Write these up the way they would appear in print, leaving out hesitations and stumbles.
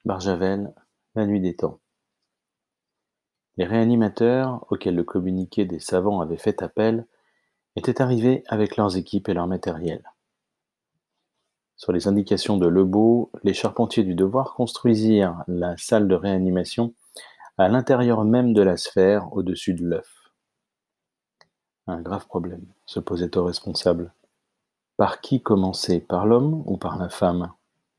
Barjavel, la nuit des temps. Les réanimateurs, auxquels le communiqué des savants avait fait appel, étaient arrivés avec leurs équipes et leur matériel. Sur les indications de Lebeau, les charpentiers du devoir construisirent la salle de réanimation à l'intérieur même de la sphère au-dessus de l'œuf. Un grave problème se posait aux responsables. Par qui commencer, par l'homme ou par la femme?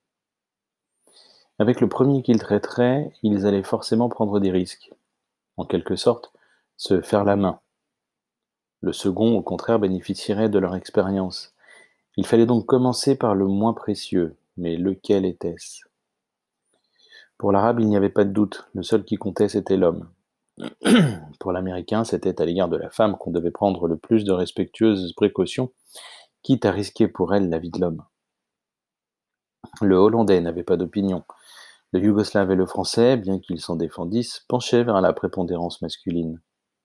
Avec le premier qu'ils traiteraient, ils allaient forcément prendre des risques, en quelque sorte, se faire la main. Le second, au contraire, bénéficierait de leur expérience. Il fallait donc commencer par le moins précieux, mais lequel était-ce? Pour l'arabe, il n'y avait pas de doute, le seul qui comptait, c'était l'homme. Pour l'américain, c'était à l'égard de la femme qu'on devait prendre le plus de respectueuses précautions, quitte à risquer pour elle la vie de l'homme. Le Hollandais n'avait pas d'opinion. Le Yougoslave et le Français, bien qu'ils s'en défendissent, penchaient vers la prépondérance masculine.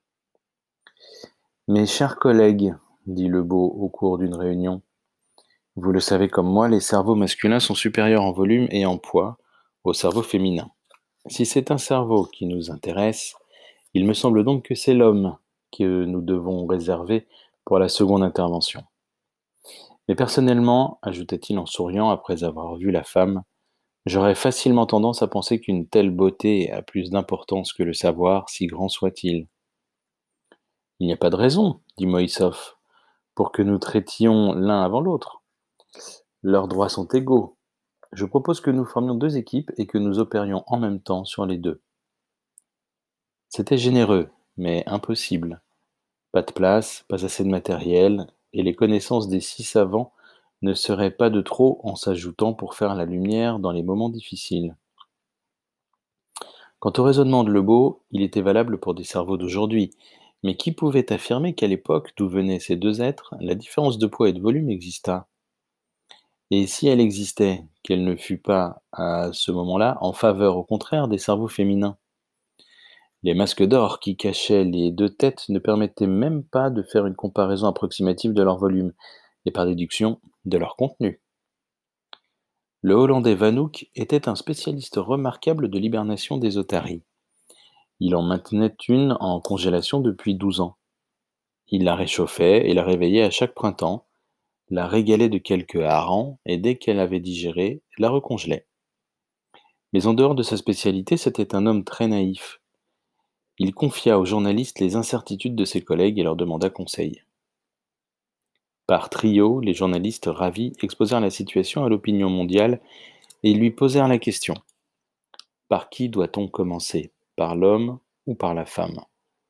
Mes chers collègues, dit Lebeau au cours d'une réunion, vous le savez comme moi, les cerveaux masculins sont supérieurs en volume et en poids au cerveau féminin. Si c'est un cerveau qui nous intéresse, il me semble donc que c'est l'homme que nous devons réserver pour la seconde intervention. Mais personnellement, ajouta-t-il en souriant après avoir vu la femme, j'aurais facilement tendance à penser qu'une telle beauté a plus d'importance que le savoir, si grand soit-il. Il n'y a pas de raison, dit Moïsov, pour que nous traitions l'un avant l'autre. Leurs droits sont égaux. Je propose que nous formions deux équipes et que nous opérions en même temps sur les deux. C'était généreux, mais impossible. Pas de place, pas assez de matériel, et les connaissances des 6 savants ne seraient pas de trop en s'ajoutant pour faire la lumière dans les moments difficiles. Quant au raisonnement de Lebeau, il était valable pour des cerveaux d'aujourd'hui, mais qui pouvait affirmer qu'à l'époque d'où venaient ces deux êtres, la différence de poids et de volume exista? Et si elle existait, qu'elle ne fût pas, à ce moment-là, en faveur au contraire des cerveaux féminins? Les masques d'or qui cachaient les deux têtes ne permettaient même pas de faire une comparaison approximative de leur volume, et par déduction, de leur contenu. Le Hollandais Vanouk était un spécialiste remarquable de l'hibernation des otaries. Il en maintenait une en congélation depuis 12 ans. Il la réchauffait et la réveillait à chaque printemps, la régalait de quelques harengs et dès qu'elle avait digéré, la recongelait. Mais en dehors de sa spécialité, c'était un homme très naïf. Il confia aux journalistes les incertitudes de ses collègues et leur demanda conseil. Par trio, les journalistes ravis exposèrent la situation à l'opinion mondiale et lui posèrent la question. Par qui doit-on commencer? Par l'homme ou par la femme?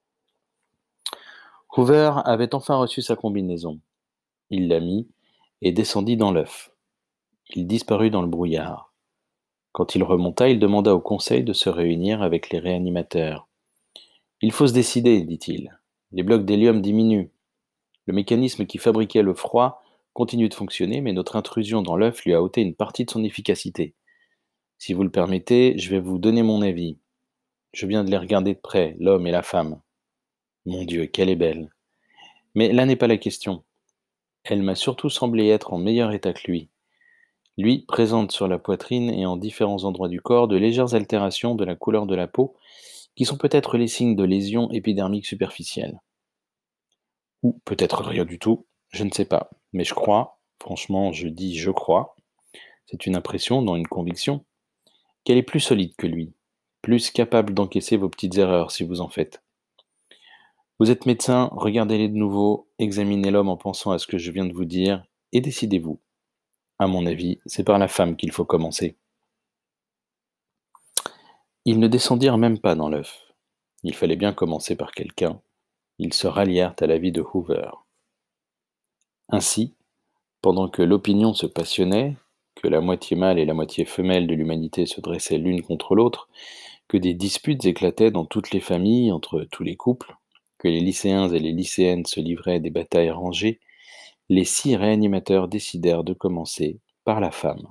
Hoover avait enfin reçu sa combinaison. Il la mit et descendit dans l'œuf. Il disparut dans le brouillard. Quand il remonta, il demanda au conseil de se réunir avec les réanimateurs. Il faut se décider, dit-il. Les blocs d'hélium diminuent. Le mécanisme qui fabriquait le froid continue de fonctionner, mais notre intrusion dans l'œuf lui a ôté une partie de son efficacité. Si vous le permettez, je vais vous donner mon avis. Je viens de les regarder de près, l'homme et la femme. Mon Dieu, qu'elle est belle. Mais là n'est pas la question. Elle m'a surtout semblé être en meilleur état que lui. Lui présente sur la poitrine et en différents endroits du corps de légères altérations de la couleur de la peau qui sont peut-être les signes de lésions épidermiques superficielles. Ou peut-être rien du tout, je ne sais pas. Mais je crois, franchement je dis je crois, c'est une impression, non une conviction, qu'elle est plus solide que lui, plus capable d'encaisser vos petites erreurs si vous en faites. Vous êtes médecin, regardez-les de nouveau, examinez l'homme en pensant à ce que je viens de vous dire, et décidez-vous. À mon avis, c'est par la femme qu'il faut commencer. Ils ne descendirent même pas dans l'œuf. Il fallait bien commencer par quelqu'un. Ils se rallièrent à l'avis de Hoover. Ainsi, pendant que l'opinion se passionnait, que la moitié mâle et la moitié femelle de l'humanité se dressaient l'une contre l'autre, que des disputes éclataient dans toutes les familles, entre tous les couples, que les lycéens et les lycéennes se livraient des batailles rangées, les 6 réanimateurs décidèrent de commencer par la femme.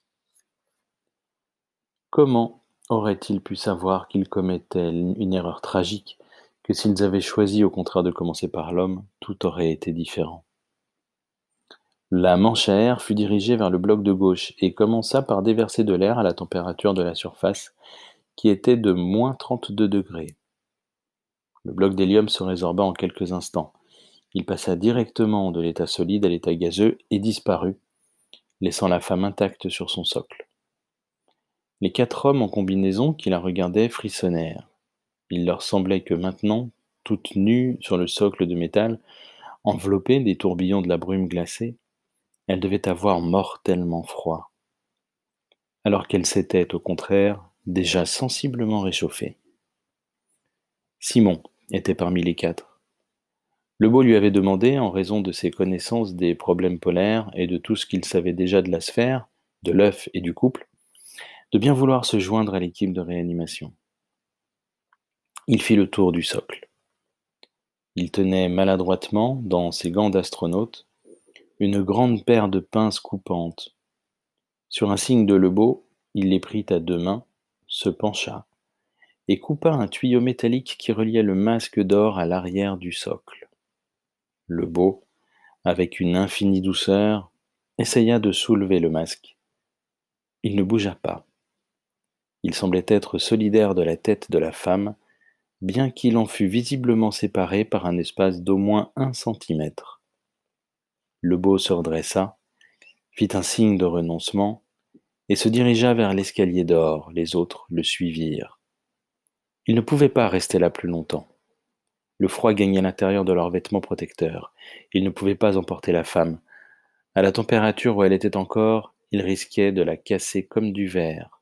Comment auraient-ils pu savoir qu'ils commettaient une erreur tragique, que s'ils avaient choisi au contraire de commencer par l'homme, tout aurait été différent? La manche à air fut dirigée vers le bloc de gauche et commença par déverser de l'air à la température de la surface, qui était de -32 degrés. Le bloc d'hélium se résorba en quelques instants. Il passa directement de l'état solide à l'état gazeux et disparut, laissant la femme intacte sur son socle. Les 4 hommes en combinaison qui la regardaient frissonnèrent. Il leur semblait que maintenant, toute nue sur le socle de métal, enveloppée des tourbillons de la brume glacée, elle devait avoir mortellement froid, alors qu'elle s'était, au contraire, déjà sensiblement réchauffée. Simon était parmi les 4. Lebeau lui avait demandé, en raison de ses connaissances des problèmes polaires et de tout ce qu'il savait déjà de la sphère, de l'œuf et du couple, de bien vouloir se joindre à l'équipe de réanimation. Il fit le tour du socle. Il tenait maladroitement, dans ses gants d'astronaute, une grande paire de pinces coupantes. Sur un signe de Lebeau, il les prit à 2 mains, se pencha, et coupa un tuyau métallique qui reliait le masque d'or à l'arrière du socle. Lebeau, avec une infinie douceur, essaya de soulever le masque. Il ne bougea pas. Il semblait être solidaire de la tête de la femme, bien qu'il en fût visiblement séparé par un espace d'au moins 1 centimètre. Lebeau se redressa, fit un signe de renoncement, et se dirigea vers l'escalier d'or. Les autres le suivirent. Ils ne pouvaient pas rester là plus longtemps. Le froid gagnait l'intérieur de leurs vêtements protecteurs. Ils ne pouvaient pas emporter la femme. À la température où elle était encore, ils risquaient de la casser comme du verre.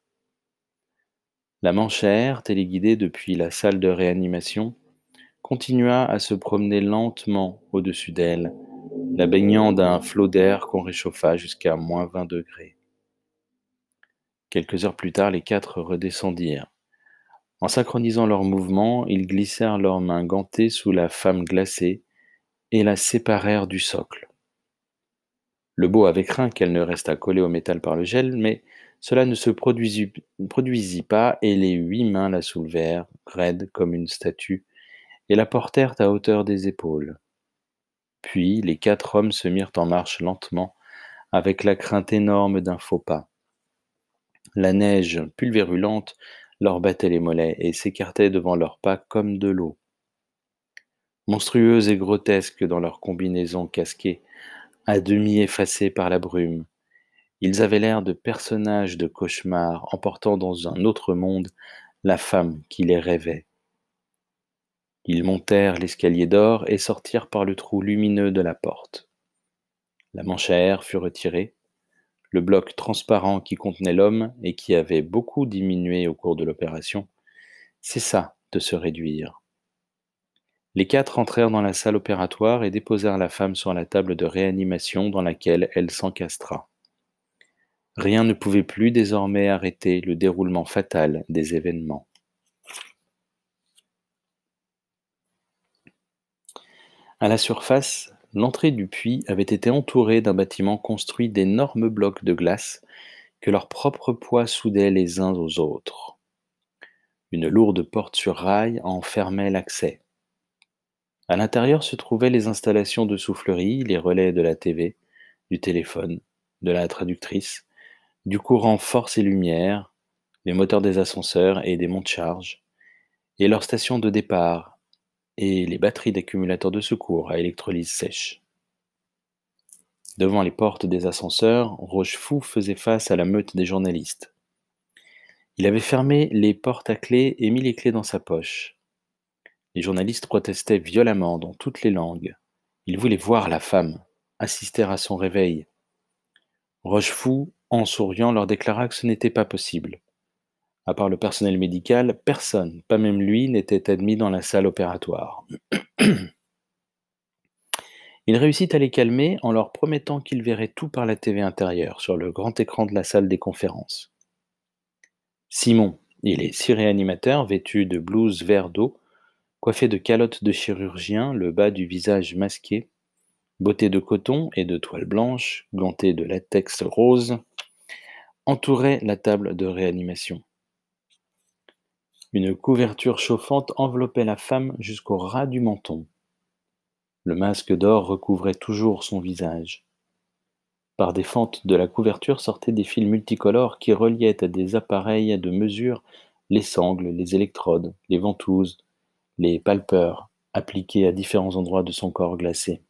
La manche à air, téléguidée depuis la salle de réanimation, continua à se promener lentement au-dessus d'elle, la baignant d'un flot d'air qu'on réchauffa jusqu'à -20 degrés. Quelques heures plus tard, les 4 redescendirent. En synchronisant leurs mouvements, ils glissèrent leurs mains gantées sous la femme glacée et la séparèrent du socle. Lebeau avait craint qu'elle ne restât collée au métal par le gel, mais cela ne se produisit pas et les 8 mains la soulevèrent, raide comme une statue, et la portèrent à hauteur des épaules. Puis les 4 hommes se mirent en marche lentement, avec la crainte énorme d'un faux pas. La neige pulvérulente leur battait les mollets et s'écartait devant leurs pas comme de l'eau. Monstrueuses et grotesques dans leurs combinaisons casquées, à demi effacées par la brume, ils avaient l'air de personnages de cauchemar emportant dans un autre monde la femme qui les rêvait. Ils montèrent l'escalier d'or et sortirent par le trou lumineux de la porte. La manche à air fut retirée. Le bloc transparent qui contenait l'homme et qui avait beaucoup diminué au cours de l'opération cessa de se réduire. Les 4 entrèrent dans la salle opératoire et déposèrent la femme sur la table de réanimation dans laquelle elle s'encastra. Rien ne pouvait plus désormais arrêter le déroulement fatal des événements. À la surface, l'entrée du puits avait été entourée d'un bâtiment construit d'énormes blocs de glace que leur propre poids soudait les uns aux autres. Une lourde porte sur rail en fermait l'accès. À l'intérieur se trouvaient les installations de soufflerie, les relais de la TV, du téléphone, de la traductrice, du courant force et lumière, les moteurs des ascenseurs et des monte-charges, et leurs stations de départ, et les batteries d'accumulateurs de secours à électrolyse sèche. Devant les portes des ascenseurs, Rochefou faisait face à la meute des journalistes. Il avait fermé les portes à clé et mis les clés dans sa poche. Les journalistes protestaient violemment dans toutes les langues. Ils voulaient voir la femme, assister à son réveil. Rochefou, en souriant, leur déclara que ce n'était pas possible. À part le personnel médical, personne, pas même lui, n'était admis dans la salle opératoire. Il réussit à les calmer en leur promettant qu'il verrait tout par la TV intérieure, sur le grand écran de la salle des conférences. Simon et les 6 réanimateurs, vêtus de blouses vert d'eau, coiffés de calottes de chirurgien, le bas du visage masqué, bottés de coton et de toile blanche, gantés de latex rose, entouraient la table de réanimation. Une couverture chauffante enveloppait la femme jusqu'au ras du menton. Le masque d'or recouvrait toujours son visage. Par des fentes de la couverture sortaient des fils multicolores qui reliaient à des appareils de mesure les sangles, les électrodes, les ventouses, les palpeurs, appliqués à différents endroits de son corps glacé.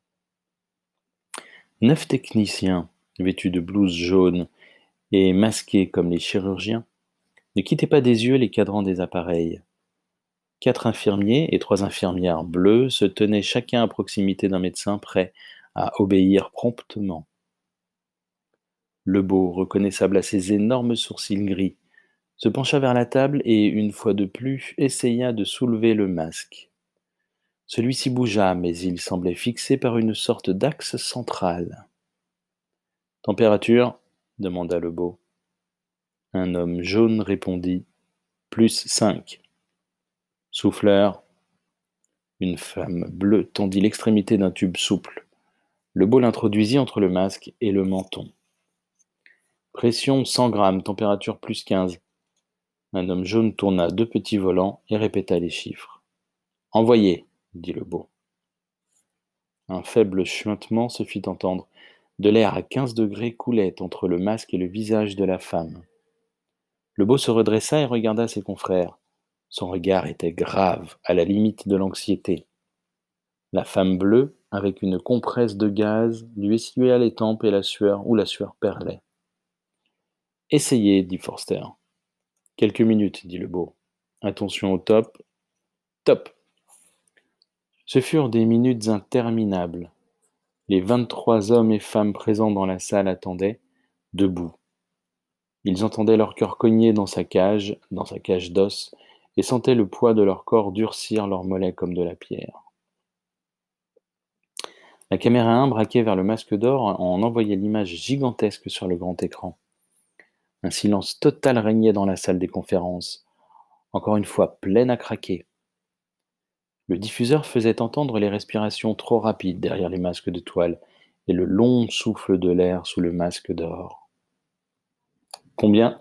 9 techniciens, vêtus de blouses jaunes et masqués comme les chirurgiens, ne quittaient pas des yeux les cadrans des appareils. 4 infirmiers et 3 infirmières bleues se tenaient chacun à proximité d'un médecin prêt à obéir promptement. Lebeau, reconnaissable à ses énormes sourcils gris, se pencha vers la table et, une fois de plus, essaya de soulever le masque. Celui-ci bougea, mais il semblait fixé par une sorte d'axe central. Température demanda Lebeau. Un homme jaune répondit. +5. Souffleur. Une femme bleue tendit l'extrémité d'un tube souple. Lebeau l'introduisit entre le masque et le menton. Pression 100 grammes, température +15. Un homme jaune tourna 2 petits volants et répéta les chiffres. Envoyez, dit Lebeau. Un faible chuintement se fit entendre. De l'air à 15 degrés coulait entre le masque et le visage de la femme. Lebeau se redressa et regarda ses confrères. Son regard était grave, à la limite de l'anxiété. La femme bleue, avec une compresse de gaz, lui essuya les tempes et la sueur perlait. Essayez, dit Forster. Quelques minutes, dit Lebeau. Attention au top. Top. Ce furent des minutes interminables. Les 23 hommes et femmes présents dans la salle attendaient, debout. Ils entendaient leur cœur cogner dans sa cage d'os, et sentaient le poids de leur corps durcir leurs mollets comme de la pierre. La caméra 1 braquait vers le masque d'or en envoyait l'image gigantesque sur le grand écran. Un silence total régnait dans la salle des conférences, encore une fois pleine à craquer. Le diffuseur faisait entendre les respirations trop rapides derrière les masques de toile et le long souffle de l'air sous le masque d'or. Combien ?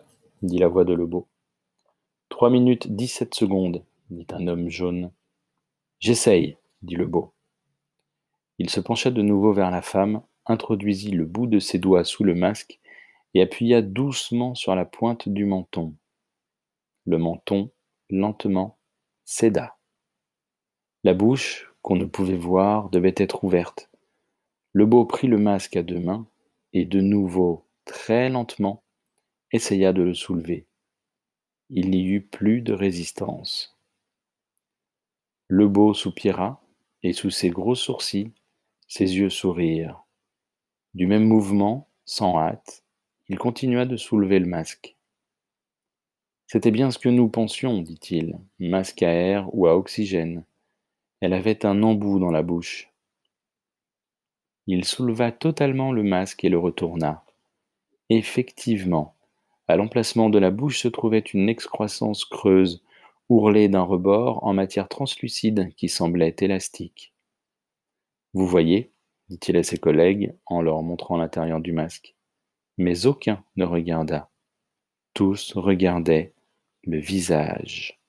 Dit la voix de Lebeau. 3 minutes 17 secondes, dit un homme jaune. J'essaye, dit Lebeau. Il se pencha de nouveau vers la femme, introduisit le bout de ses doigts sous le masque et appuya doucement sur la pointe du menton. Le menton, lentement, céda. La bouche, qu'on ne pouvait voir, devait être ouverte. Lebeau prit le masque à 2 mains et de nouveau, très lentement, essaya de le soulever. Il n'y eut plus de résistance. Lebeau soupira, et sous ses gros sourcils, ses yeux sourirent. Du même mouvement, sans hâte, il continua de soulever le masque. C'était bien ce que nous pensions, dit-il, masque à air ou à oxygène. Elle avait un embout dans la bouche. Il souleva totalement le masque et le retourna. Effectivement, à l'emplacement de la bouche se trouvait une excroissance creuse, ourlée d'un rebord en matière translucide qui semblait élastique. Vous voyez, dit-il à ses collègues en leur montrant l'intérieur du masque. Mais aucun ne regarda. Tous regardaient le visage.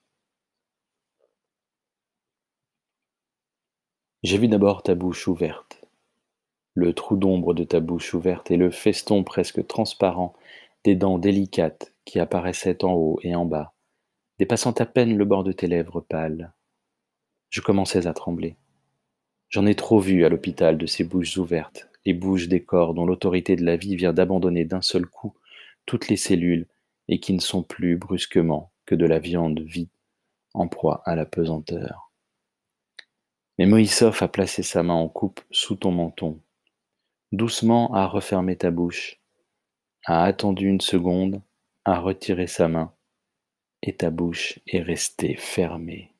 J'ai vu d'abord ta bouche ouverte, le trou d'ombre de ta bouche ouverte et le feston presque transparent des dents délicates qui apparaissaient en haut et en bas, dépassant à peine le bord de tes lèvres pâles. Je commençais à trembler. J'en ai trop vu à l'hôpital de ces bouches ouvertes, les bouches des corps dont l'autorité de la vie vient d'abandonner d'un seul coup toutes les cellules et qui ne sont plus brusquement que de la viande vie en proie à la pesanteur. Mais Moïsov a placé sa main en coupe sous ton menton, doucement a refermé ta bouche, a attendu une seconde, a retiré sa main, et ta bouche est restée fermée.